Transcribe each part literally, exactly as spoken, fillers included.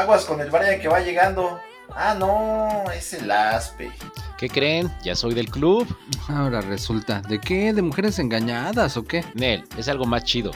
Aguas con el Brian que va llegando. Ah, no, es el Aspe. ¿Qué creen? Ya soy del club. Ahora resulta, ¿de qué? ¿De mujeres engañadas o qué? Nel, es algo más chido.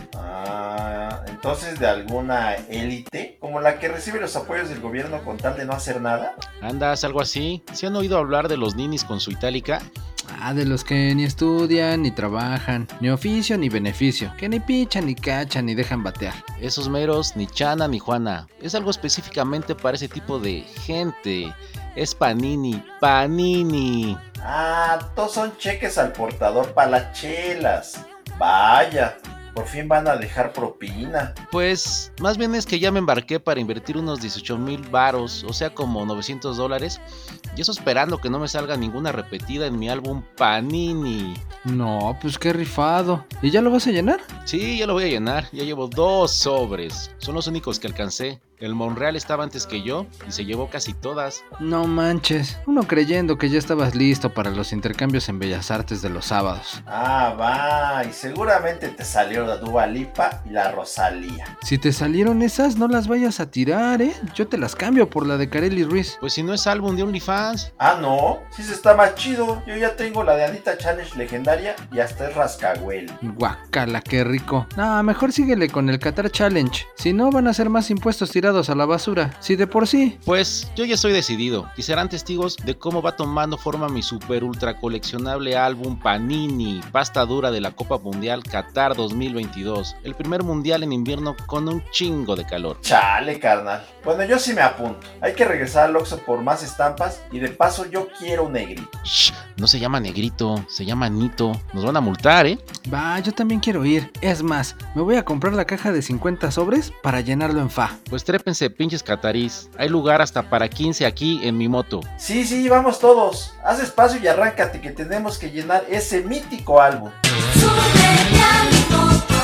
Ah, entonces de alguna élite, como la que recibe los apoyos del gobierno con tal de no hacer nada. ¿Andas algo así? ¿Se han oído hablar de los ninis con su itálica? Ah, de los que ni estudian, ni trabajan, ni oficio, ni beneficio, que ni pichan, ni cachan, ni dejan batear. Esos meros, ni Chana ni Juana. Es algo específicamente para ese tipo de gente. Es Panini, Panini. Ah, todos son cheques al portador para las chelas. Vaya, por fin van a dejar propina. Pues, más bien es que ya me embarqué para invertir unos dieciocho mil varos, o sea como novecientos dólares. Y eso esperando que no me salga ninguna repetida en mi álbum Panini. No, pues qué rifado. ¿Y ya lo vas a llenar? Sí, ya lo voy a llenar, ya llevo dos sobres. Son los únicos que alcancé. El Monreal estaba antes que yo y se llevó casi todas. No manches, uno creyendo que ya estabas listo para los intercambios en Bellas Artes de los sábados. Ah, va, y seguramente te salió la Dua Lipa y la Rosalía. Si te salieron esas, no las vayas a tirar, ¿eh? Yo te las cambio por la de Kareli Ruiz. Pues si no es álbum de OnlyFans. Ah, no, sí se está más chido. Yo ya tengo la de Anita Challenge legendaria y hasta es rascahuel. Guacala, qué rico. No, mejor síguele con el Qatar Challenge. Si no, van a ser más impuestos tirados a la basura. Si de por sí. Pues yo ya estoy decidido y serán testigos de cómo va tomando forma mi super ultra coleccionable álbum Panini, pasta dura de la Copa Mundial Qatar dos mil veintidós. El primer mundial en invierno con un chingo de calor. Chale, carnal. Bueno, yo sí me apunto. Hay que regresar al Oxxo por más estampas y de paso yo quiero un negrito. Shh, no se llama negrito, se llama Nito. Nos van a multar, ¿eh? Va, yo también quiero ir. Es más, me voy a comprar la caja de cincuenta sobres para llenarlo en fa. Pues trépense, pinches catarís. Hay lugar hasta para quince aquí en mi moto. Sí, sí, vamos todos. Haz espacio y arráncate que tenemos que llenar ese mítico álbum. Súbete a mi moto.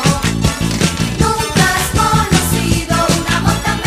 Nunca has conocido un amor tan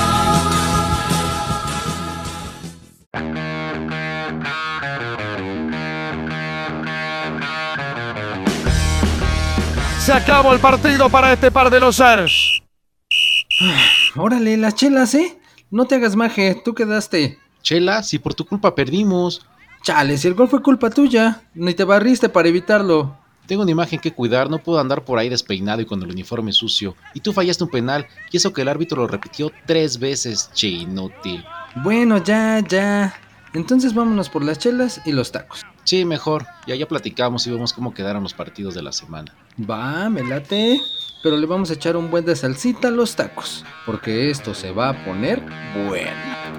veloz. Se acabó el partido para este par de losers. Órale, las chelas, ¿eh? No te hagas maje, tú quedaste. Chela, si por tu culpa perdimos. Chale, si el gol fue culpa tuya, ni te barriste para evitarlo. Tengo una imagen que cuidar, no puedo andar por ahí despeinado y con el uniforme sucio. Y tú fallaste un penal, y eso que el árbitro lo repitió tres veces, che inútil. Bueno, ya, ya. Entonces vámonos por las chelas y los tacos. Sí, mejor, ya ya platicamos y vemos cómo quedaron los partidos de la semana. Va, me late. Pero le vamos a echar un buen de salsita a los tacos, porque esto se va a poner bueno.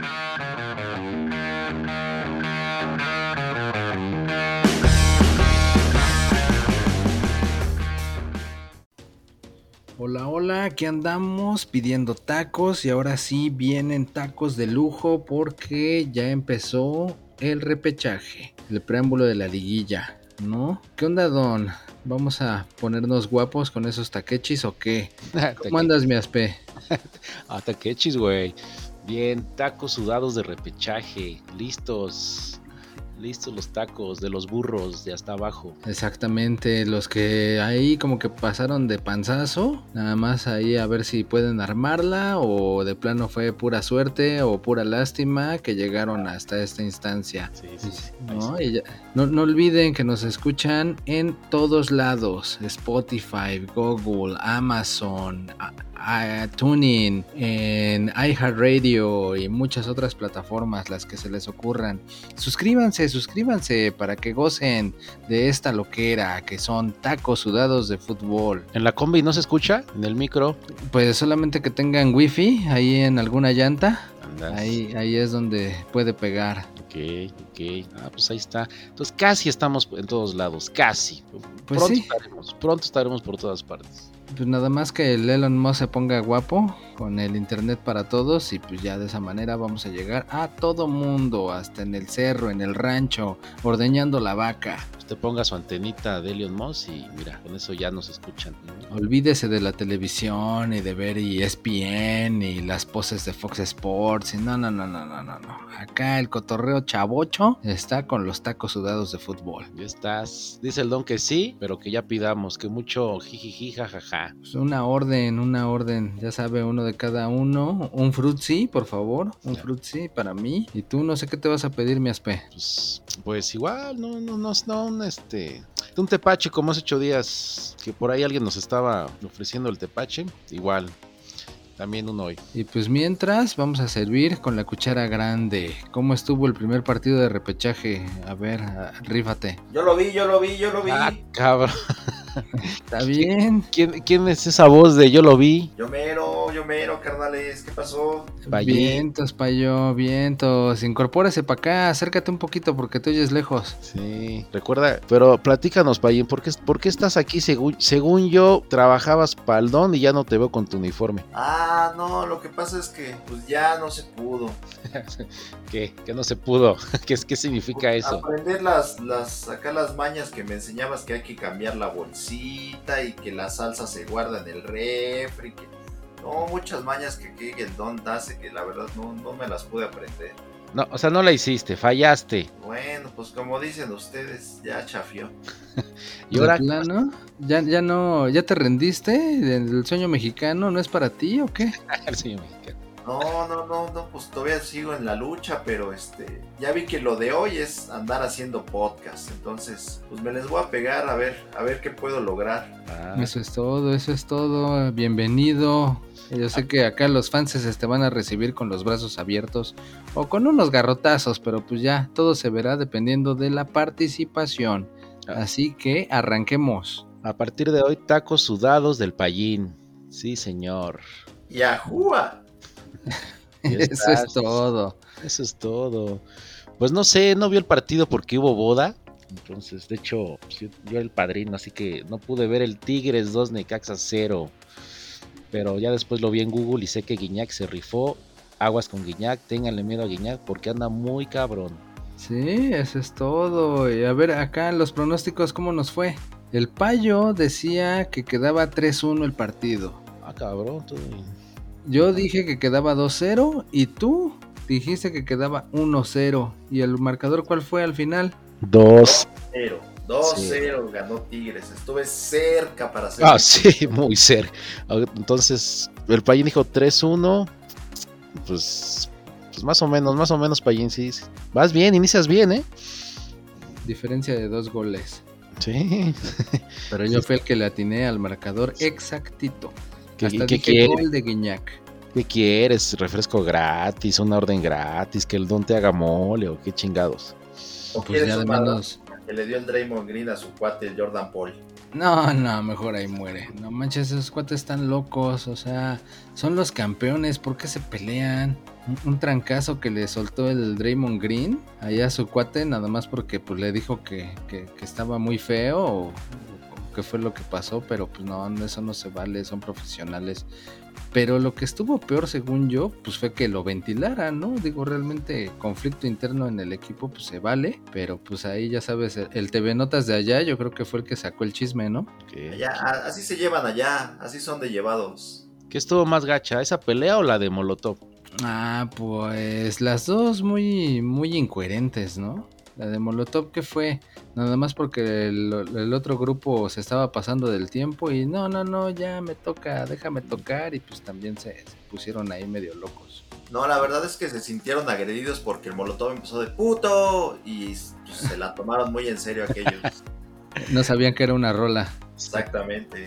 Hola, hola, aquí andamos pidiendo tacos y ahora sí vienen tacos de lujo porque ya empezó el repechaje, el preámbulo de la liguilla, ¿no? ¿Qué onda, don? ¿Vamos a ponernos guapos con esos taquechis o qué? ¿Cómo andas, mi aspe? Ah, taquechis, güey. Bien, tacos sudados de repechaje, listos. Listos los tacos de los burros de hasta abajo. Exactamente, los que ahí como que pasaron de panzazo, nada más ahí a ver si pueden armarla o de plano fue pura suerte o pura lástima que llegaron hasta esta instancia. Sí, sí, sí. ¿No? Y ya, no, no olviden que nos escuchan en todos lados, Spotify, Google, Amazon, a, a, TuneIn, en iHeartRadio y muchas otras plataformas, las que se les ocurran. Suscríbanse, suscríbanse para que gocen de esta loquera que son tacos sudados de fútbol. ¿En la combi no se escucha? ¿En el micro? Pues solamente que tengan wifi ahí en alguna llanta. Andas. Ahí, ahí es donde puede pegar. Ok, ok. Ah, pues ahí está. Entonces casi estamos en todos lados, casi. Pues pronto sí. estaremos, pronto estaremos por todas partes. Pues nada más que el Elon Musk se ponga guapo con el internet para todos y pues ya de esa manera vamos a llegar a todo mundo, hasta en el cerro, en el rancho, ordeñando la vaca. Usted ponga su antenita de Elon Musk y mira, con eso ya nos escuchan. Olvídese de la televisión y de ver E S P N y las poses de Fox Sports y no, no, no, no, no, no, no. Acá el cotorreo chavocho está con los tacos sudados de fútbol. Ya estás. Dice el don que sí, pero que ya pidamos, que mucho jijiji jajaja. ya. Pues una orden, una orden, ya sabe, uno de cada uno. Un frutzi, por favor, un Ya. frutzi para mí. Y tú no sé qué te vas a pedir, mi aspe. Pues, pues igual, no, no, no, no, un, este, un tepache como hace ocho días, que por ahí alguien nos estaba ofreciendo el tepache, igual, también uno hoy. Y pues mientras vamos a servir con la cuchara grande. ¿Cómo estuvo el primer partido de repechaje? A ver, a- rífate. Yo lo vi, yo lo vi, yo lo vi. Ah, cabrón. ¿Está bien? ¿Quién, quién es esa voz de yo lo vi? Yo mero, yo mero, carnales. ¿Qué pasó? Payín. Vientos, payo, vientos. Incorpórese para acá, acércate un poquito porque te oyes lejos. Sí, recuerda, pero platícanos, Payín, ¿por qué, por qué estás aquí? Según, según yo, trabajabas paldón y ya no te veo con tu uniforme. Ah, no, lo que pasa es que pues ya no se pudo. ¿Qué? Que no se pudo. ¿Qué, qué significa eso? Aprender las, las, acá las mañas que me enseñabas, que hay que cambiar la bolsita y que la salsa se guarda en el refri. Que... No, muchas mañas que, que el don hace que la verdad no, no me las pude aprender. No, o sea, no la hiciste, fallaste. Bueno, pues como dicen ustedes, ya chafió. Y ahora, ¿De plano? ¿Ya, ya no, ya te rendiste? ¿El sueño mexicano no es para ti o qué? Sí, mexicano. No, no, no, no, pues todavía sigo en la lucha, pero este, ya vi que lo de hoy es andar haciendo podcast, entonces, pues me les voy a pegar a ver, a ver qué puedo lograr. Ah, Eso es todo, eso es todo. Bienvenido. Yo sé que acá los fans te van a recibir con los brazos abiertos o con unos garrotazos, pero pues ya todo se verá dependiendo de la participación. Así que arranquemos. a partir de hoy, tacos sudados del Payín. Sí, señor. ¡Yahúa! Ya Eso estás. es todo. Eso es todo. Pues no sé, no vi el partido porque hubo boda. Entonces, de hecho, pues, yo, yo era el padrino, así que no pude ver el Tigres dos Necaxa cero. Pero ya después lo vi en Google y sé que Guiñac se rifó. Aguas con Guiñac, ténganle miedo a Guiñac porque anda muy cabrón. Sí, eso es todo. Y a ver, acá los pronósticos, ¿cómo nos fue? El Payo decía que quedaba tres uno el partido. Ah, cabrón, tú. Yo dije que quedaba dos cero y tú dijiste que quedaba uno cero. ¿Y el marcador cuál fue al final? Dos. Cero. dos cero ganó Tigres. Estuve cerca para hacer. Ah, sí, muy cerca. Entonces, el Payín dijo tres uno. Pues, pues más o menos, más o menos, Payín, sí. Vas bien, inicias bien, ¿eh? Diferencia de dos goles. Sí. Pero yo fui el que le atiné al marcador exactito. ¿Qué, Hasta qué dije quieres? gol de Guiñac. ¿Qué quieres? ¿Refresco gratis? ¿Una orden gratis? ¿Que el don te haga mole? ¿O qué chingados? ¿O Pues quieres ya de un balón menos. que le dio el Draymond Green a su cuate, el Jordan Paul? No, no, mejor ahí muere. No manches, esos cuates están locos. O sea, son los campeones. ¿Por qué se pelean? Un, un trancazo que le soltó el Draymond Green allá a su cuate, nada más porque pues le dijo que, que, que estaba muy feo o, o qué fue lo que pasó, pero pues no, eso no se vale, son profesionales. Pero lo que estuvo peor, según yo, pues fue que lo ventilaran, ¿no? Digo, realmente conflicto interno en el equipo, pues se vale, pero pues ahí ya sabes, el, el T V Notas de allá, yo creo que fue el que sacó el chisme, ¿no? ¿Qué, Allá, a- así se llevan allá, así son de llevados. ¿Qué estuvo más gacha? ¿Esa pelea o la de Molotov? Ah, pues las dos muy, muy incoherentes, ¿no? La de Molotov, ¿qué fue? Nada más porque el, el otro grupo se estaba pasando del tiempo y no, no, no, ya me toca, déjame tocar y pues también se, se pusieron ahí medio locos. No, la verdad es que se sintieron agredidos porque el Molotov empezó de puto y pues, se la tomaron muy en serio aquellos. No sabían que era una rola. Exactamente.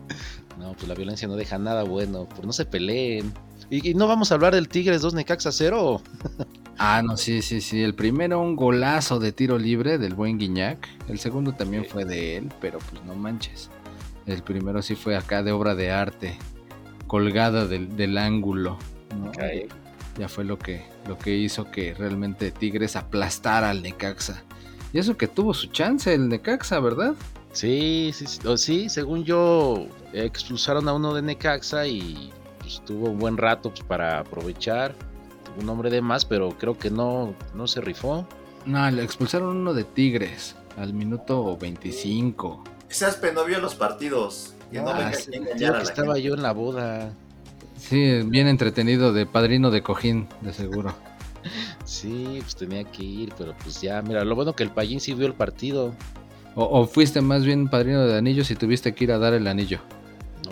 No, pues la violencia no deja nada bueno. Pues no se peleen. ¿Y, y no vamos a hablar del Tigres dos Necaxa cero? Ah, no, sí, sí, sí. El primero un golazo de tiro libre del buen Guiñac. El segundo también Sí. fue de él, pero pues no manches. El primero sí fue acá de obra de arte, colgada del, del ángulo, ¿no? Okay. Ya fue lo que, lo que hizo que realmente Tigres aplastara al Necaxa. Y eso que tuvo su chance el Necaxa, ¿verdad? Sí, sí, sí, oh, sí, según yo, eh, expulsaron a uno de Necaxa y pues, tuvo un buen rato pues, para aprovechar. Tuvo un hombre de más, pero creo que no, no se rifó. No, le expulsaron uno de Tigres al minuto veinticinco. Ese Aspe no vio los partidos. Que no Ah, venga sí, aquí a Digo engañar a que la estaba gente. yo en la boda. Sí, bien entretenido de padrino de cojín, de seguro. Sí, pues tenía que ir, pero pues ya, mira, lo bueno que el Payín sí vio el partido. O, o fuiste más bien padrino de anillos y tuviste que ir a dar el anillo. No,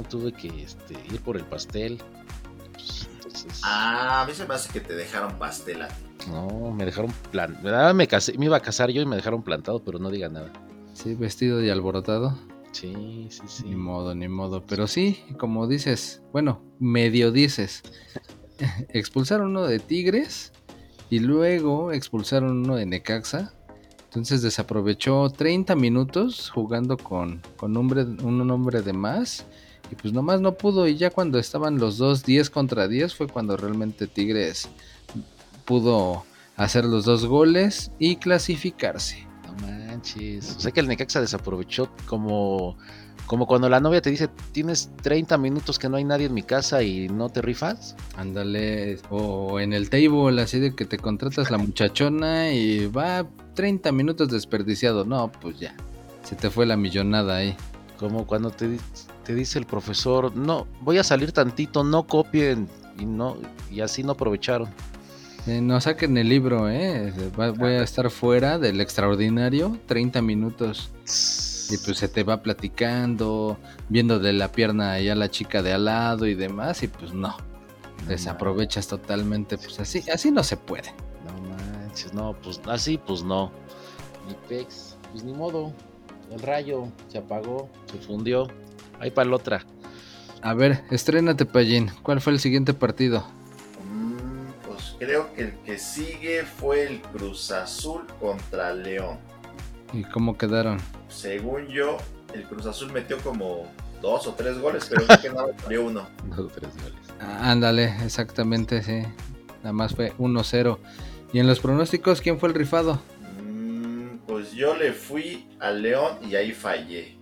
tuve que este, ir por el pastel. Pues, entonces, Ah, a mí se me hace que te dejaron pastel a ti. no, me dejaron plantado. Me, casé, me iba a casar yo y me dejaron plantado, pero no diga nada. Sí, vestido y alborotado. Sí, sí, sí. Ni modo, ni modo. Pero sí, como dices, bueno, medio dices. Expulsaron uno de Tigres y luego expulsaron uno de Necaxa. Entonces desaprovechó treinta minutos jugando con, con hombre, un hombre de más. Y pues nomás no pudo. Y ya cuando estaban los dos diez contra diez fue cuando realmente Tigres pudo hacer los dos goles y clasificarse. No manches. O sea que el Necaxa desaprovechó como, como cuando la novia te dice, tienes treinta minutos que no hay nadie en mi casa y no te rifas. Ándale, o en el table, así de que te contratas la muchachona y va treinta minutos desperdiciado. No, pues ya, se te fue la millonada ahí. Como cuando te, di- te dice el profesor, no, voy a salir tantito, no copien. Y no, y así no aprovecharon. Eh, no saquen el libro, ¿eh? Va- voy a estar fuera del extraordinario treinta minutos. Y pues se te va platicando, viendo de la pierna allá la chica de al lado y demás. Y pues no, desaprovechas totalmente. Pues así, así no se puede. No manches, no, pues así, pues no. Ni pex, pues ni modo. El rayo se apagó, se fundió. Ahí para la otra. A ver, estrénate, Payín. ¿Cuál fue el siguiente partido? Mm, pues creo que el que sigue fue el Cruz Azul contra León. ¿Y cómo quedaron? Según yo, el Cruz Azul metió como dos o tres goles, pero creo que nada más salió uno. Dos o tres goles. Ah, ándale, exactamente, sí. Nada más fue uno cero. ¿Y en los pronósticos quién fue el rifado? Mm, pues yo le fui al León y ahí fallé.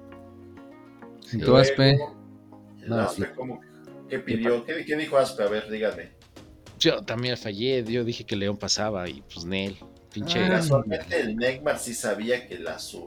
¿Y tú, Aspe? El No, Aspe, sí. ¿cómo? ¿Qué pidió? ¿Qué, qué dijo Aspe? A ver, dígame. Yo también fallé, yo dije que León pasaba y pues Nel, pinche. Ah, Casualmente el Neymar sí sabía que el azul.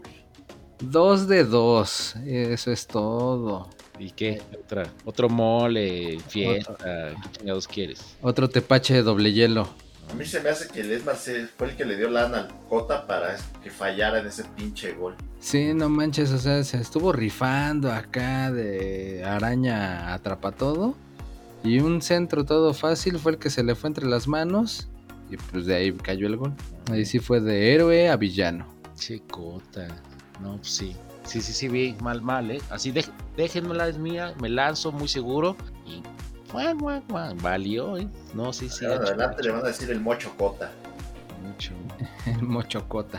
Dos de dos, eso es todo. ¿Y qué? Otra, otro mole, fiesta, ¿qué chingados quieres? Otro tepache de doble hielo. A mí se me hace que el Esmar se- fue el que le dio lana al Cota para que fallara en ese pinche gol. Sí, no manches, o sea, se estuvo rifando acá de araña atrapa todo. Y un centro todo fácil fue el que se le fue entre las manos. Y pues de ahí cayó el gol. Ahí sí fue de héroe a villano. Checota. No, pues sí. Sí, sí, sí, vi mal, mal, ¿eh? Así, de, déjenmela, es mía, me lanzo muy seguro y... guau, guau, guau, valió, ¿eh? No, sí, sí. Ahora gacho, adelante le gacho, van a decir el Mocho Cota. mucho. El mochocota.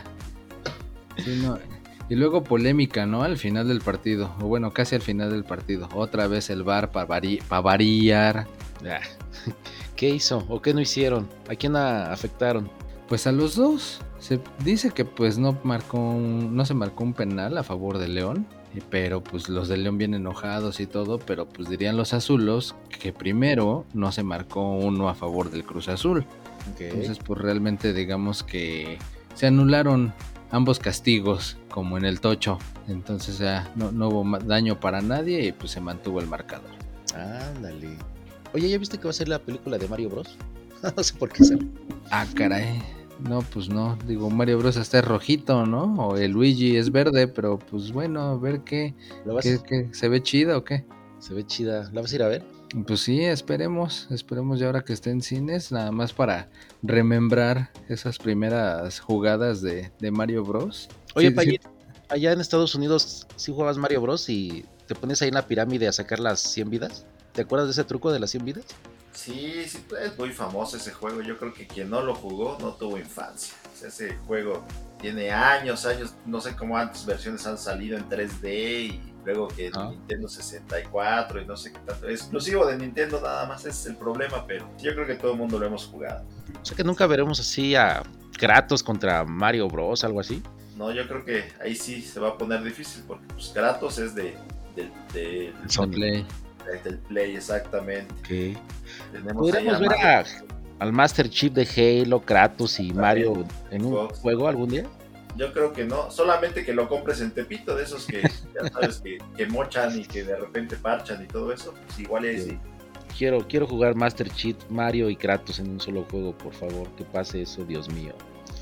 Sí, no. Y luego polémica, ¿no? Al final del partido. O bueno, casi al final del partido. Otra vez el V A R para vari pa variar. Ah, ¿qué hizo o qué no hicieron? ¿A quién a- afectaron? Pues a los dos. Se dice que pues no marcó un- no se marcó un penal a favor de León. y- Pero pues los de León vienen enojados y todo. Pero pues dirían los azulos que primero no se marcó uno a favor del Cruz Azul. Entonces pues realmente digamos que se anularon ambos castigos como en el tocho. Entonces ya no, no hubo ma- daño para nadie y pues se mantuvo el marcador. Ándale. Oye, ¿ya viste que va a ser la película de Mario Bros? No sé por qué sale. Ah, caray. No, pues no. Digo, Mario Bros. Hasta es rojito, ¿no? O el Luigi es verde, pero pues bueno, a ver qué. ¿La vas- ¿Qué, qué? ¿Se ve chida o qué? Se ve chida. ¿La vas a ir a ver? Pues sí, esperemos. Esperemos ya ahora que esté en cines, nada más para remembrar esas primeras jugadas de, de Mario Bros. Oye, Sí, sí. Payet, allá en Estados Unidos sí jugabas Mario Bros. Y te pones ahí en la pirámide a sacar las cien vidas. ¿Te acuerdas de ese truco de las cien vidas? Sí, sí, es muy famoso ese juego. Yo creo que quien no lo jugó no tuvo infancia. O sea, ese juego tiene años, años. No sé cómo antes versiones han salido en tres D y luego que en Ah. Nintendo sesenta y cuatro y no sé qué tanto. Es exclusivo de Nintendo nada más, ese es el problema, pero yo creo que todo el mundo lo hemos jugado. O sea que nunca veremos así a Kratos contra Mario Bros, algo así. No, yo creo que ahí sí se va a poner difícil porque pues, Kratos es de, del, del, Sony. Play. del Play, exactamente. Ok. Tenemos ahí ¿Podríamos a ver Mario. a, al Master Chief de Halo, Kratos y Mario en un Xbox. juego algún día? Yo creo que no, solamente que lo compres en Tepito, de esos que ya sabes que, que mochan y que de repente parchan y todo eso, pues igual ahí sí. Quiero, quiero jugar Master Chief, Mario y Kratos en un solo juego, por favor. Que pase eso, Dios mío.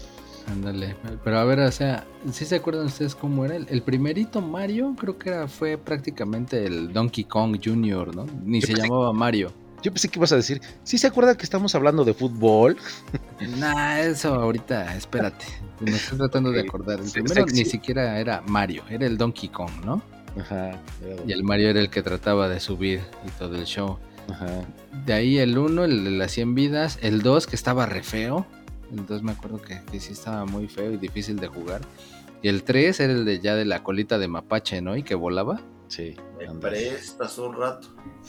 Ándale, pero a ver, o sea, ¿sí se acuerdan ustedes cómo era? El, el primerito Mario creo que era, fue prácticamente el Donkey Kong junior, ¿no? Ni Yo se pensé- llamaba Mario. Yo pensé que ibas a decir, ¿sí se acuerdan que estamos hablando de fútbol? Nah, eso ahorita, espérate. Me estoy tratando de Ok. acordar. El Sí, primero sí. ni siquiera era Mario, era el Donkey Kong, ¿no? Ajá. Y el Mario era el que trataba de subir y todo el show. Ajá. De ahí el uno, el de las cien vidas. El dos, que estaba re feo. El dos me acuerdo que, que sí estaba muy feo y difícil de jugar. Y el tres era el de ya de la colita de mapache, ¿no? Y que volaba. Sí. Me ándale. prestas un rato.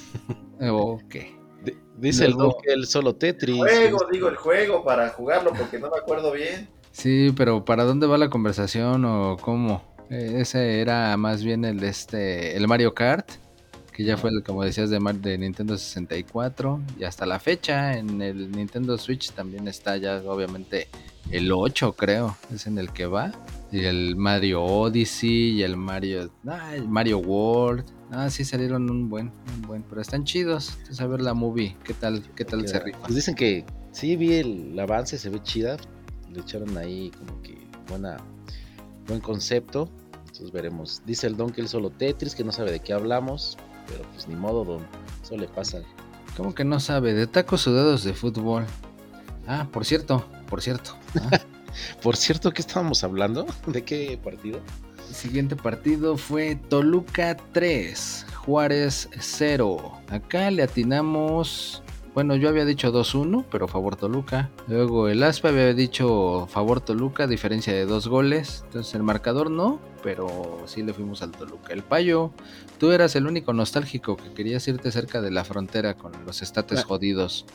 Ok. D- Dice el Luego- Don que él solo Tetris. Juego, digo el juego para jugarlo porque no me acuerdo bien. Sí, pero ¿para dónde va la conversación o cómo? Eh, ese era más bien el de este, el Mario Kart, que ya fue el, como decías, de, Mar- de Nintendo sesenta y cuatro. Y hasta la fecha en el Nintendo Switch también está ya obviamente el ocho, creo, es en el que va. Y el Mario Odyssey y el Mario, ah, el Mario World. Ah, sí salieron un buen, un buen, pero están chidos. Entonces a ver la movie, ¿qué tal, qué tal se rifa? Pues dicen que sí vi el avance, se ve chida. Le echaron ahí como que buena, buen concepto. Entonces veremos. Dice el Don que él solo Tetris, que no sabe de qué hablamos. Pero pues ni modo, Don. Eso le pasa. ¿Cómo que no sabe? De tacos sudados de fútbol. Ah, por cierto, por cierto. Ah, Por cierto, ¿qué estábamos hablando? ¿De qué partido? el siguiente partido fue Toluca tres, Juárez cero. Acá le atinamos. Bueno, yo había dicho dos uno, pero favor Toluca. Luego el Aspa había dicho favor Toluca, diferencia de dos goles. Entonces el marcador no, pero sí le fuimos al Toluca. El Payo, tú eras el único nostálgico que querías irte cerca de la frontera con los estates Ah. jodidos.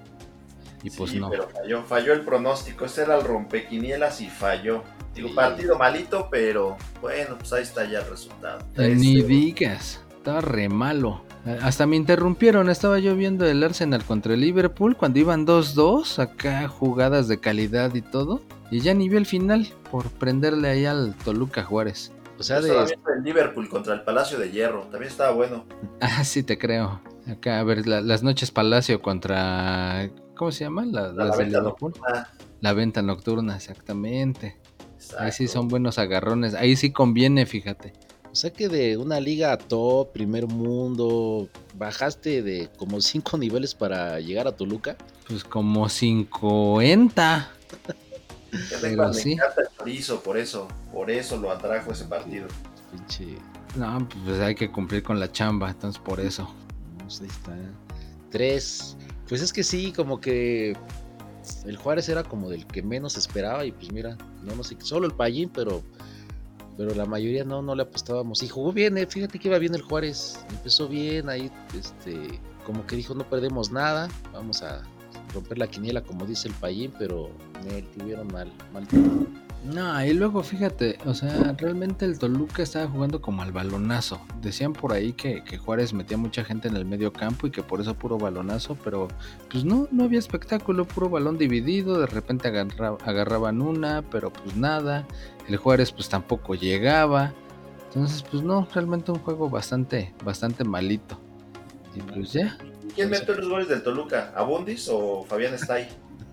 Y pues Sí, no. pero falló, falló el pronóstico. Ese era el rompequinielas y falló. Digo, Sí. partido malito, pero bueno, pues ahí está ya el resultado. Ni Tres, digas, estaba re malo. Hasta me interrumpieron, estaba yo viendo el Arsenal contra el Liverpool cuando iban dos dos, acá jugadas de calidad y todo. Y ya ni vi el final por prenderle ahí al Toluca Juárez. O sea, Yo estaba de, viendo el Liverpool contra el Palacio de Hierro. También estaba bueno. Ah, sí te creo. Acá, a ver, la- las noches Palacio contra... ¿Cómo se llama? La, La, las de venta Liverpool. nocturna. La venta nocturna, exactamente. Ahí sí Exacto. son buenos agarrones. Ahí sí conviene, fíjate. o sea que de una liga top, primer mundo, bajaste de como cinco niveles para llegar a Toluca. Pues como cincuenta. Que Pero tengan, me sí. encanta el chorizo, por eso. Por eso lo atrajo ese partido. Pinche. No, pues hay que cumplir con la chamba, entonces por eso. No, pues ahí está. Tres. Pues es que sí, como que el Juárez era como del que menos esperaba y pues mira, no, no sé, solo el Payín, pero pero la mayoría no, no le apostábamos. Y jugó bien, eh, fíjate que iba bien el Juárez, empezó bien ahí, este, como que dijo no perdemos nada, vamos a romper la quiniela como dice el Payín, pero me tuvieron mal, mal. No, y luego fíjate, o sea, realmente el Toluca estaba jugando como al balonazo. Decían por ahí que, que Juárez metía mucha gente en el medio campo y que por eso puro balonazo, pero pues no, no había espectáculo, puro balón dividido, de repente agarra- agarraban una, pero pues nada. El Juárez pues tampoco llegaba. Entonces pues no, realmente un juego bastante, bastante malito. Y pues ya. ¿Quién metió los goles del Toluca? ¿Abundis o Fabián Stay?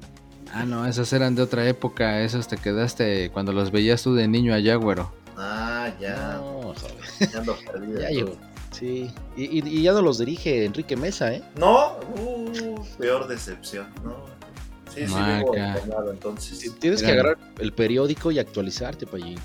Ah, no, esos eran de otra época, esos te quedaste cuando los veías tú de niño allá, güero. Ah, ya. No, joder, Ya ando perdido. ya llegó. Sí, y, y- y ya no los dirige Enrique Mesa, ¿eh? No, uh, peor decepción. No. Sí, sí, Maca. vengo engañado, entonces. Tienes que Eran- agarrar el periódico y actualizarte, Payín.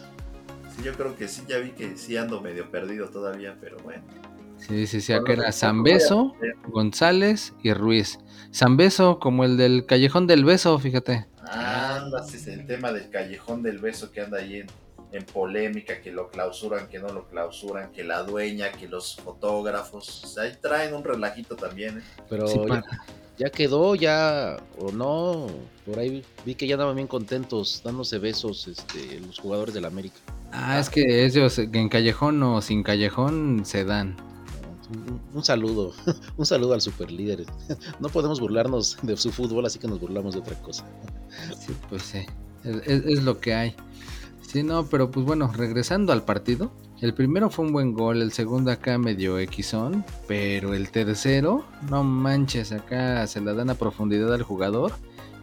Sí, yo creo que sí, ya vi que sí ando medio perdido todavía, pero bueno. Sí, sí, sí, Con acá lo era que Zambeso, voy a hacer. González y Ruiz. Zambeso como el del Callejón del Beso, fíjate. Anda, ese es el tema del callejón del beso que anda ahí en, en polémica, que lo clausuran, que no lo clausuran, que la dueña, que los fotógrafos. O sea, ahí traen un relajito también, ¿eh? Pero Sí, ya, pa- ya quedó, ya, o no. Por ahí vi que ya andaban bien contentos, dándose besos este, los jugadores del América. Ah, es que ellos en Callejón o sin Callejón se dan. Un, un saludo, un saludo al superlíder. No podemos burlarnos de su fútbol, así que nos burlamos de otra cosa. Sí, pues sí, es, es- es lo que hay. Sí, no, pero pues bueno, regresando al partido. El primero fue un buen gol, el segundo acá medio equisón, pero el tercero, no manches, acá se la dan a profundidad al jugador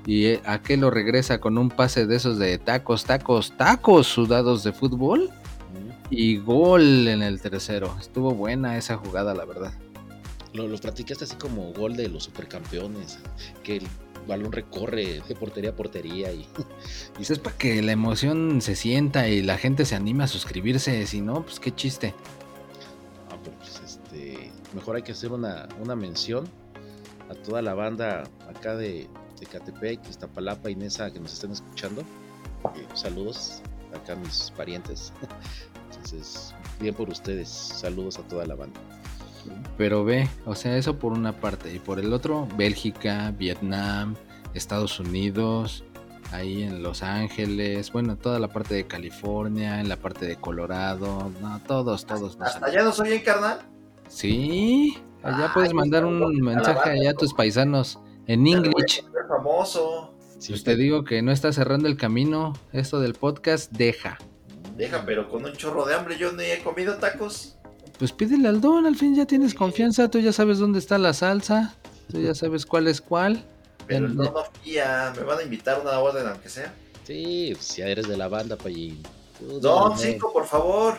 Y eh, aquel lo regresa con un pase de esos de tacos, tacos, tacos sudados de fútbol. Y gol en el tercero. Estuvo buena esa jugada, la verdad. Lo, lo platicaste así como gol de los supercampeones, que el balón recorre de portería a portería y, y Eso es para que la emoción se sienta y la gente se anime a suscribirse. Si no, pues qué chiste. ah, pero pues, este, mejor hay que hacer una, una mención a toda la banda acá de, de Catepec, Iztapalapa y Nesa que nos estén escuchando. Eh, saludos acá a mis parientes. Entonces, bien por ustedes, saludos a toda la banda. Pero ve, o sea, eso por una parte. Y por el otro, Bélgica, Vietnam, Estados Unidos, ahí en Los Ángeles, bueno, toda la parte de California, en la parte de Colorado, no, todos, todos. nos ¿Hasta allá no soy bien, carnal? Sí, allá Ay, puedes mandar pues, un a la mensaje banda, allá a tus paisanos en Ya me voy a English. volver famoso. Sí, Pues te digo que no está cerrando el camino. Esto del podcast deja. Deja, pero con un chorro de hambre. Yo ni he comido tacos. Pues pídele al don, al fin ya tienes confianza, tú ya sabes dónde está la salsa, tú ya sabes cuál es cuál. Pero el Ya- don no fía. Me van a invitar una orden, aunque sea. Sí, pues, si eres de la banda, Payín. Tú, Don, dale, cinco, por favor.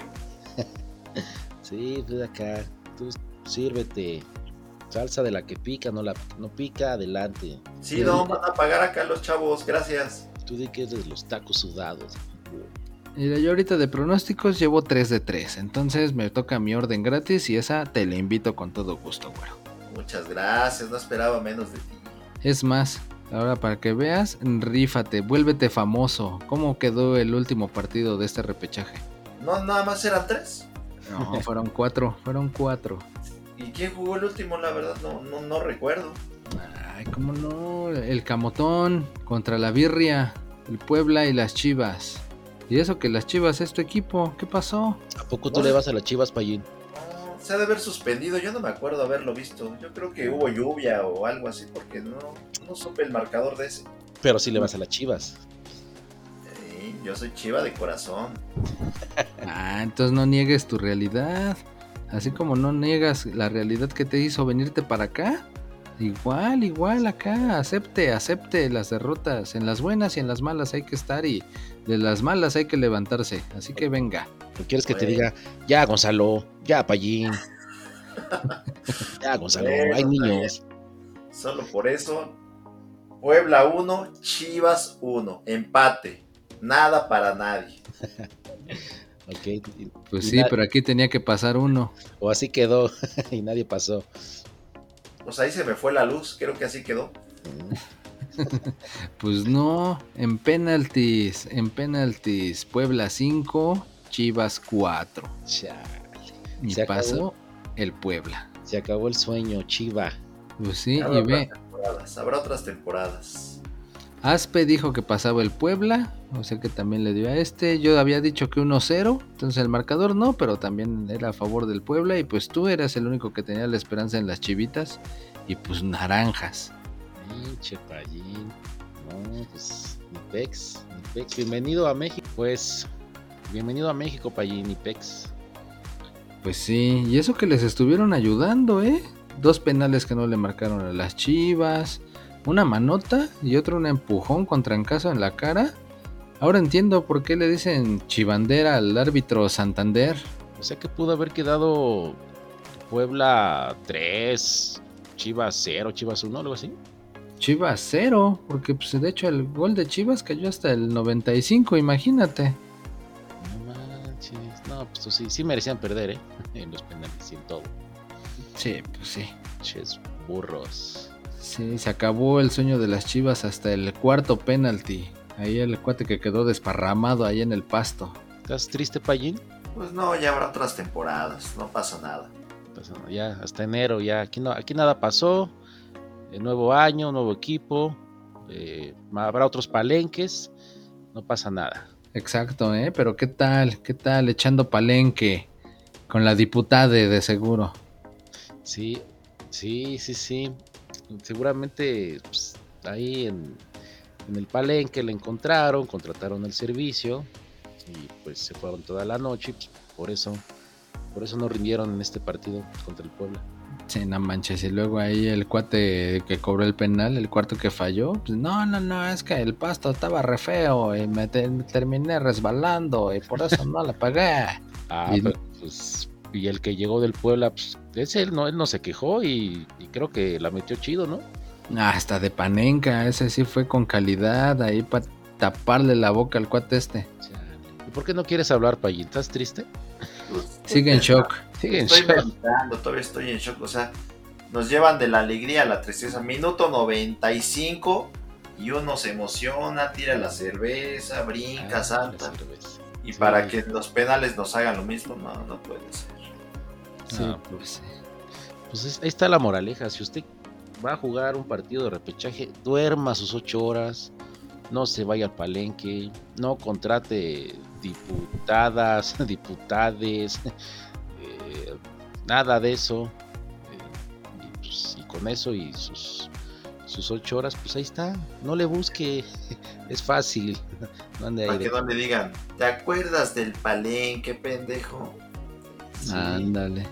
Sí, pues acá, tú sírvete. Salsa de la que pica, no la no pica, adelante. Sí, don, van a pagar acá los chavos. Gracias. Tú di que eres de los tacos sudados. Mira, yo ahorita de pronósticos llevo tres de tres, entonces me toca mi orden gratis y esa te la invito con todo gusto, güero. Muchas gracias. No esperaba menos de ti. Es más, ahora para que veas, rífate, vuélvete famoso. ¿Cómo quedó el último partido de este repechaje? No, nada más eran tres. No, fueron cuatro, fueron cuatro. ¿Y quién jugó el último? La verdad, no, no, no recuerdo. Ay, cómo no, el Camotón contra la Birria, el Puebla y las Chivas. Y eso que las Chivas es tu equipo, ¿qué pasó? ¿A poco tú No le sé. vas a las Chivas, Payín? No, se ha de haber suspendido. Yo no me acuerdo haberlo visto. Yo creo que hubo lluvia o algo así, porque no, no supe el marcador de ese. Pero sí le vas a las Chivas. Sí, yo soy chiva de corazón. Ah, entonces no niegues tu realidad. Así como no niegas la realidad que te hizo venirte para acá. Igual, igual acá, acepte, acepte las derrotas. En las buenas y en las malas hay que estar y de las malas hay que levantarse. Así que venga. ¿O quieres que te Bueno. diga, ya Gonzalo, ya Payín? Ya Gonzalo, Bueno, hay está niños. Solo por eso. Puebla uno, Chivas uno. Empate. Nada para nadie. Ok, y- Pues y sí, na- pero aquí tenía que pasar uno. O así quedó y nadie pasó. Pues ahí se me fue la luz. Creo que así quedó. Mm, Pues no, en penaltis, en penaltis. Puebla cinco, Chivas cuatro. chale. Y Se acabó. pasó el Puebla. Se acabó el sueño, Chiva. Pues sí, Habrá y ve, otras temporadas. Habrá otras temporadas. Aspe dijo que pasaba el Puebla, o sea que también le dio a este. Yo había dicho que uno cero, entonces el marcador no, pero también era a favor del Puebla. Y pues tú eras el único que tenía la esperanza en las Chivitas. Y pues naranjas. Pinche Payín. No, pues ni pex, ni pex. Bienvenido a México, pues. Bienvenido a México, Payín, ni pex. Pues sí, y eso que les estuvieron ayudando, ¿eh? Dos penales que no le marcaron a las Chivas, una manota y otro un empujón con trancazo en la cara. Ahora entiendo por qué le dicen chivandera al árbitro Santander. O sea que pudo haber quedado Puebla tres, Chivas cero, Chivas uno, algo así. Chivas cero, porque pues de hecho el gol de Chivas cayó hasta el noventa y cinco, imagínate. No manches. No, pues sí, sí merecían perder, ¿eh? En los penales y en todo. Sí, pues sí. Ches burros. Sí, se acabó el sueño de las Chivas hasta el cuarto penalti. Ahí el cuate que quedó desparramado ahí en el pasto. ¿Estás triste, Payín? Pues no, ya habrá otras temporadas. No pasa nada. Pues no, ya hasta enero, ya aquí no, aquí nada pasó. El nuevo año, nuevo equipo. eh, habrá otros palenques. No pasa nada. Exacto, ¿eh? Pero ¿qué tal? ¿Qué tal echando palenque con la diputada de seguro? Sí, sí, sí, sí. Seguramente pues, ahí en, en el palenque le encontraron, contrataron el servicio y pues se fueron toda la noche. Y, pues, por eso, por eso no rindieron en este partido contra el Puebla. Sí, no manches. Y luego ahí el cuate que cobró el penal, el cuarto que falló, pues no, no, no, es que el pasto estaba re feo y me te- terminé resbalando y por eso no la pagué. Ah, Y- pero pues, y el que llegó del Puebla, pues, es él, no, él no se quejó y, y creo que la metió chido, ¿no? Hasta de Panenka, ese sí fue con calidad ahí para taparle la boca al cuate este. Chale. ¿Y por qué no quieres hablar, Payín? ¿Estás triste? Pues, Sigue en shock. Sigue en Estoy shock. meditando, todavía estoy en shock. O sea, nos llevan de la alegría a la tristeza. Minuto noventa y cinco y uno se emociona, tira la cerveza, brinca, Ah, salta. la cerveza. Y Sí. para que los penales nos hagan lo mismo, no, no puede ser. Sí, Ah, pues, Pues es- ahí está la moraleja. Si usted va a jugar un partido de repechaje, duerma sus ocho horas, no se vaya al palenque, no contrate diputadas, diputades, eh, nada de eso. Eh, y, pues, y con eso y sus, sus ocho horas, pues ahí está. No le busque, es fácil. No ande ahí Para de- que no le digan, ¿te acuerdas del palenque, pendejo? Sí. ándale.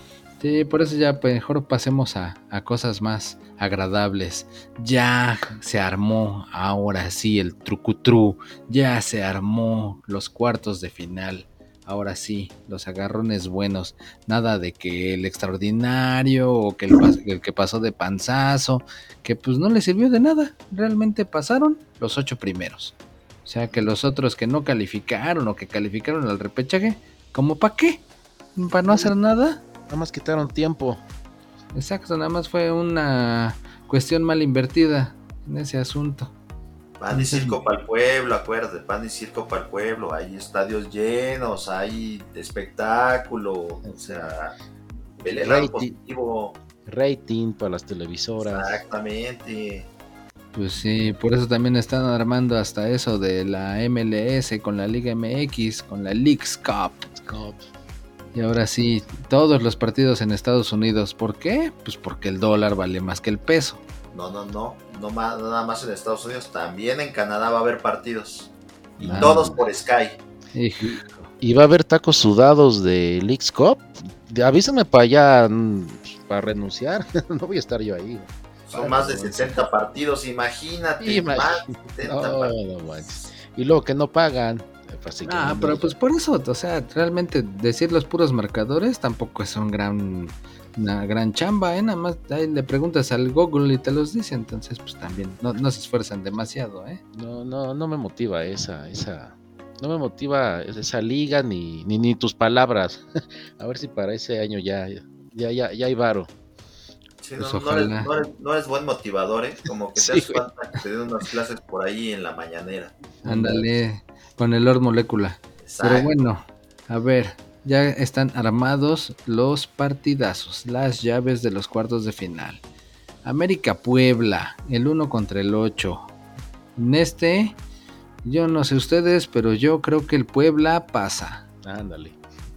Sí, por eso ya pues, mejor pasemos a, a cosas más agradables. Ya se armó, ahora sí, el trucutru. Ya se armó los cuartos de final. Ahora sí, los agarrones buenos. Nada de que el extraordinario o que el, pas- el que pasó de panzazo, que pues no le sirvió de nada. Realmente pasaron los ocho primeros. O sea que los otros que no calificaron o que calificaron al repechaje, ¿como para qué? ¿Para no hacer nada? Nada más quitaron tiempo. Exacto, nada más fue una cuestión mal invertida en ese asunto. Pan y circo para el pueblo, acuérdate, pan y circo para el pueblo. Hay estadios llenos, hay espectáculo, o sea, vele el lado Rating. positivo. Rating para las televisoras. Exactamente. Pues sí, por eso también están armando hasta eso de la M L S con la Liga M X, con la Leagues Cup. Cup. Y ahora sí, todos los partidos en Estados Unidos. ¿Por qué? Pues porque el dólar vale más que el peso. No, no, no, no más, nada más en Estados Unidos, también en Canadá va a haber partidos. Y Ah. todos por Sky. Hijo. ¿Y va a haber tacos sudados de Leagues Cup? De- Avísame para allá, mm, para renunciar. No voy a estar yo ahí. Son Ay, más de no, setenta partidos, imagínate. Imagi- Más de setenta No, partidos. no manches. Y luego que no pagan. Así que Ah, no pero me- pues por eso, o sea, realmente decir los puros marcadores tampoco es un gran, una gran chamba, ¿eh? Nada más ahí le preguntas al Google y te los dice, entonces pues también no, no se esfuerzan demasiado, ¿eh? no, no, no me motiva esa, esa, no me motiva esa liga ni, ni, ni tus palabras. A ver si para ese año ya, ya, ya, ya hay varo. Sí, Pues no, no eres, ojalá. no eres- no eres buen motivador, ¿eh? Como que te Sí, hace güey. falta que te den unas clases por ahí en la mañanera. Ándale, con el Lord Molécula. Exacto. Pero bueno, a ver, ya están armados los partidazos, las llaves de los cuartos de final. América Puebla, el uno contra el ocho. En este, yo no sé ustedes, pero yo creo que el Puebla pasa. Ándale.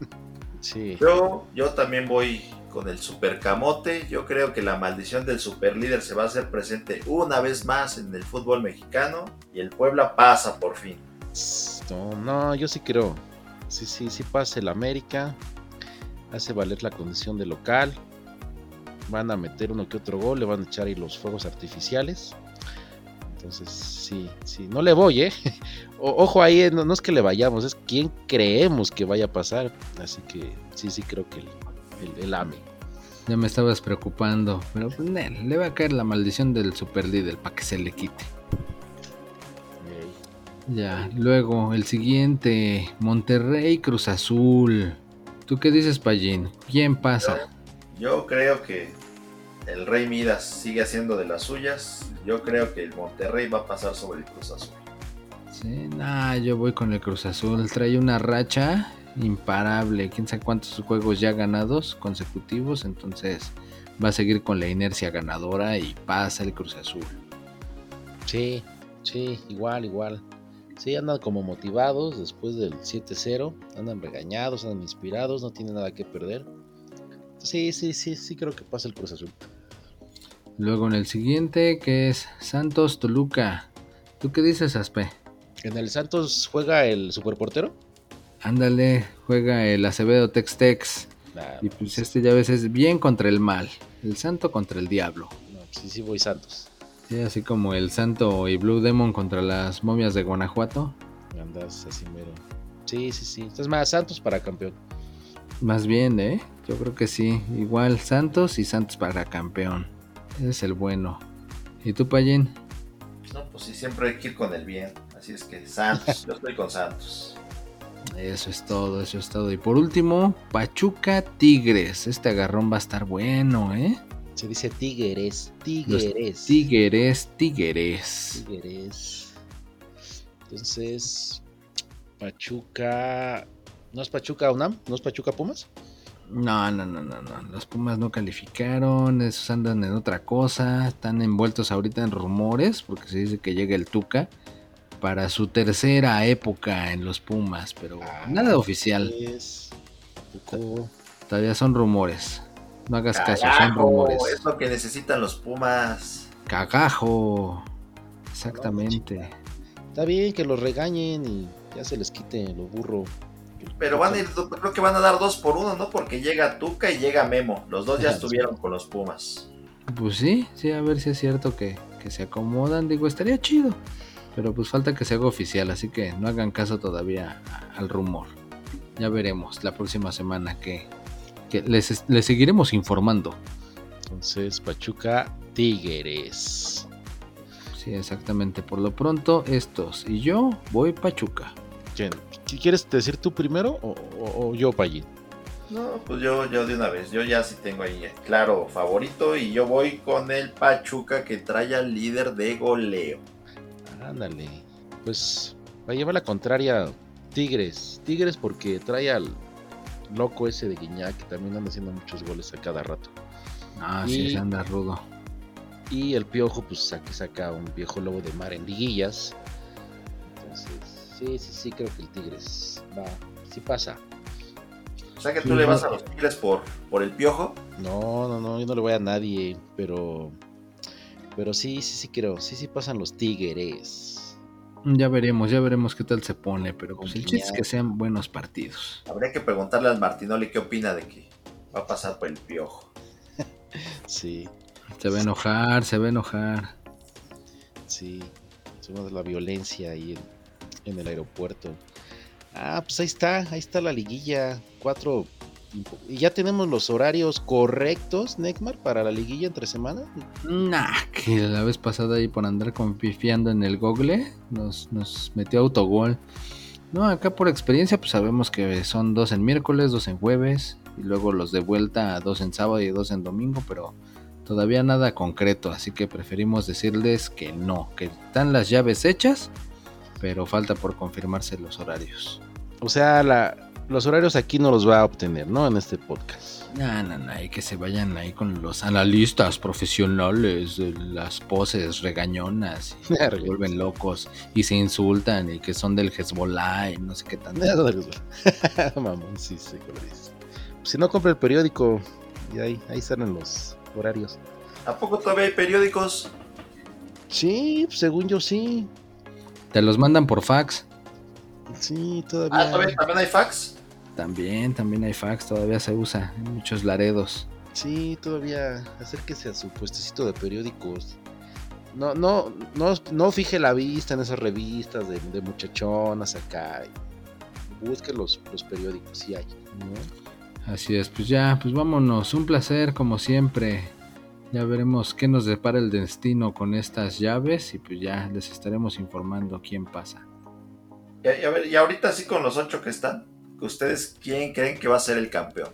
Sí. Yo, yo también voy con el super camote. Yo creo que la maldición del super líder se va a hacer presente una vez más en el fútbol mexicano y el Puebla pasa por fin. No, no, yo sí creo. Sí, sí, sí pasa el América. Hace valer la condición de local. Van a meter uno que otro gol. Le van a echar ahí los fuegos artificiales. Entonces, sí, sí. No le voy, ¿eh? O- ojo ahí, eh, no, no es que le vayamos, es quién creemos que vaya a pasar. Así que sí, sí creo que el, el, el AME. Ya me estabas preocupando, pero pues, nel, le va a caer la maldición del super líder para que se le quite. Ya, luego el siguiente, Monterrey Cruz Azul. ¿Tú qué dices, Pallín? ¿Quién pasa? Yo creo que el Rey Midas sigue haciendo de las suyas. Yo creo que el Monterrey va a pasar sobre el Cruz Azul. Sí, nah, yo voy con el Cruz Azul. Trae una racha imparable. Quién sabe cuántos juegos ya ganados consecutivos. Entonces va a seguir con la inercia ganadora y pasa el Cruz Azul. Sí, sí, igual, igual. Sí, andan como motivados después del siete cero. Andan regañados, andan inspirados, no tienen nada que perder. Sí, sí, sí, sí creo que pasa el Cruz Azul. Luego en el siguiente, que es Santos Toluca. ¿Tú qué dices, Aspe? ¿En el Santos juega el superportero? Ándale, juega el Acevedo Tex-Tex. Nah, Y pues este ya ves es bien contra el mal, el santo contra el diablo. no, sí, sí voy Santos. Sí, así como el santo y Blue Demon contra las momias de Guanajuato. Andas así mero. Sí, sí, sí. Estás más Santos para campeón. Más bien, ¿eh? Yo creo que sí. Igual Santos y Santos para campeón. Ese es el bueno. ¿Y tú, Payín? No, pues sí, siempre hay que ir con el bien. Así es que Santos, yo estoy con Santos. Eso es todo, eso es todo. Y por último, Pachuca Tigres. Este agarrón va a estar bueno, ¿eh? Se dice Tigres. Los Tigres. Tigres, Tigres. Tigres. Entonces, Pachuca. ¿No es Pachuca UNAM? ¿No es Pachuca Pumas? No, no, no, no, no. Los Pumas no calificaron, esos andan en otra cosa. Están envueltos ahorita en rumores, porque se dice que llega el Tuca para su tercera época en los Pumas, pero Ah, nada oficial. Es. Tampoco. Todavía son rumores. No hagas caso, son Carajo, rumores. es lo que necesitan los Pumas. Cagajo. Exactamente. Está bien que los regañen y ya se les quite lo burro. Pero van a ir, creo que van a dar dos por uno, ¿no? Porque llega Tuca y llega Memo. Los dos ya estuvieron con los Pumas. Pues sí, sí, a ver si es cierto que, que se acomodan. Digo, estaría chido. Pero pues falta que se haga oficial, así que no hagan caso todavía a- al rumor. Ya veremos la próxima semana que, que les, les seguiremos informando. Entonces, Pachuca Tigres. Sí, exactamente. Por lo pronto, estos. Y yo voy Pachuca. ¿Quién? ¿Qué ¿Quieres decir tú primero o, o- o yo, Payín? No, pues yo, yo de una vez, yo ya sí tengo ahí, eh, claro, favorito. Y yo voy con el Pachuca que trae al líder de goleo. Ándale. Pues va a llevar la contraria Tigres. Tigres porque trae al loco ese de Guiñac que también anda haciendo muchos goles a cada rato. Ah, Y- sí, se anda rudo. Y el Piojo, pues saca, saca un viejo lobo de mar en liguillas. Entonces, sí, sí, sí, creo que el Tigres va, sí pasa. O sea que tú le vas a los Tigres por, por el Piojo. No, no, no, yo no le voy a nadie, pero, pero sí, sí, sí creo, sí, sí pasan los Tigres. Ya veremos, ya veremos qué tal se pone. Pero pues Con el chiste es Guiñac. que sean buenos partidos. Habría que preguntarle al Martinoli qué opina de que va a pasar por el Piojo. Sí, Se va a enojar, se va a enojar. sí, somos la violencia ahí en, en el aeropuerto. Ah, pues ahí está, ahí está la liguilla, cuatro, impo- y ya tenemos los horarios correctos, Neymar, para la liguilla entre semana. Nah, que la vez pasada ahí por andar confiando en el Google nos, nos metió autogol. No, acá por experiencia pues sabemos que son dos en miércoles, dos en jueves y luego los de vuelta, dos en sábado y dos en domingo, pero todavía nada concreto, así que preferimos decirles que no, que están las llaves hechas, pero falta por confirmarse los horarios. O sea, la, los horarios aquí no los va a obtener, ¿no? En este podcast. No, no, no, y que se vayan ahí con los analistas profesionales, de las poses regañonas, y se vuelven locos y se insultan y que son del Hezbollah y no sé qué tanto. Mamón, sí, sí, como dices. Pues si no compra el periódico, y ahí, ahí salen los horarios. ¿A poco todavía hay periódicos? Sí, pues, según yo sí. Te los mandan por fax. Sí, Ah, todavía. ¿todavía también hay fax? También, también hay fax, todavía se usa en muchos laredos. Sí, todavía. Acérquese a su puestecito de periódicos. No, no, no, no fije la vista en esas revistas de, de muchachonas acá. Busque los, los periódicos, sí hay, ¿no? Así es, pues ya, pues vámonos, un placer como siempre. Ya veremos qué nos depara el destino con estas llaves y pues ya les estaremos informando quién pasa. Y, y a ver, y ahorita sí con los ocho que están, ¿ustedes quién creen que va a ser el campeón?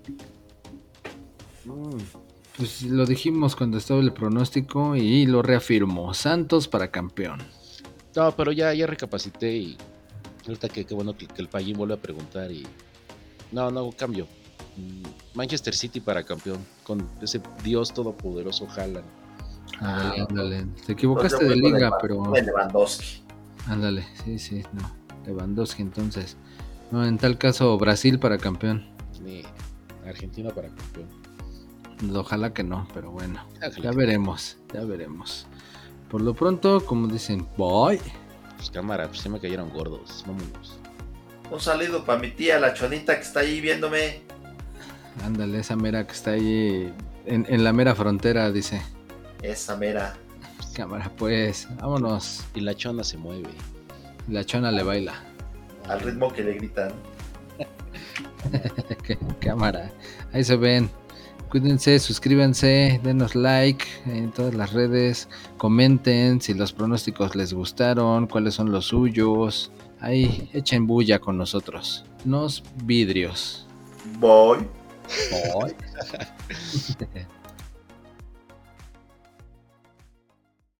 Mm. Pues lo dijimos cuando estaba el pronóstico y lo reafirmo, Santos para campeón. No, pero ya, ya recapacité y ahorita que qué bueno que, que el Payín vuelve a preguntar y no, no, cambio. Mm, Manchester City para campeón con ese Dios todopoderoso Haaland. Ándale, Ah, ándale. Te equivocaste Yo de voy con liga, el- pero... con el Lewandowski. Ándale, sí, sí, no. Lewandowski entonces. No, en tal caso Brasil para campeón. Ni Argentina para campeón. Ojalá que no, pero bueno. Ojalá Ya que- veremos, ya veremos. Por lo pronto, como dicen, bye. Pues cámara, pues se me cayeron gordos. Vámonos. Un saludo para mi tía, la chonita que está ahí viéndome. Ándale, esa mera que está ahí en, en la mera frontera, dice. Esa mera. Cámara, pues, vámonos. Y la chona se mueve. La chona le baila. Al ritmo que le gritan. Cámara, ahí se ven. Cuídense, suscríbanse, denos like en todas las redes, comenten si los pronósticos les gustaron, cuáles son los suyos. Ahí, echen bulla con nosotros. Nos vidrios. Voy. Bye.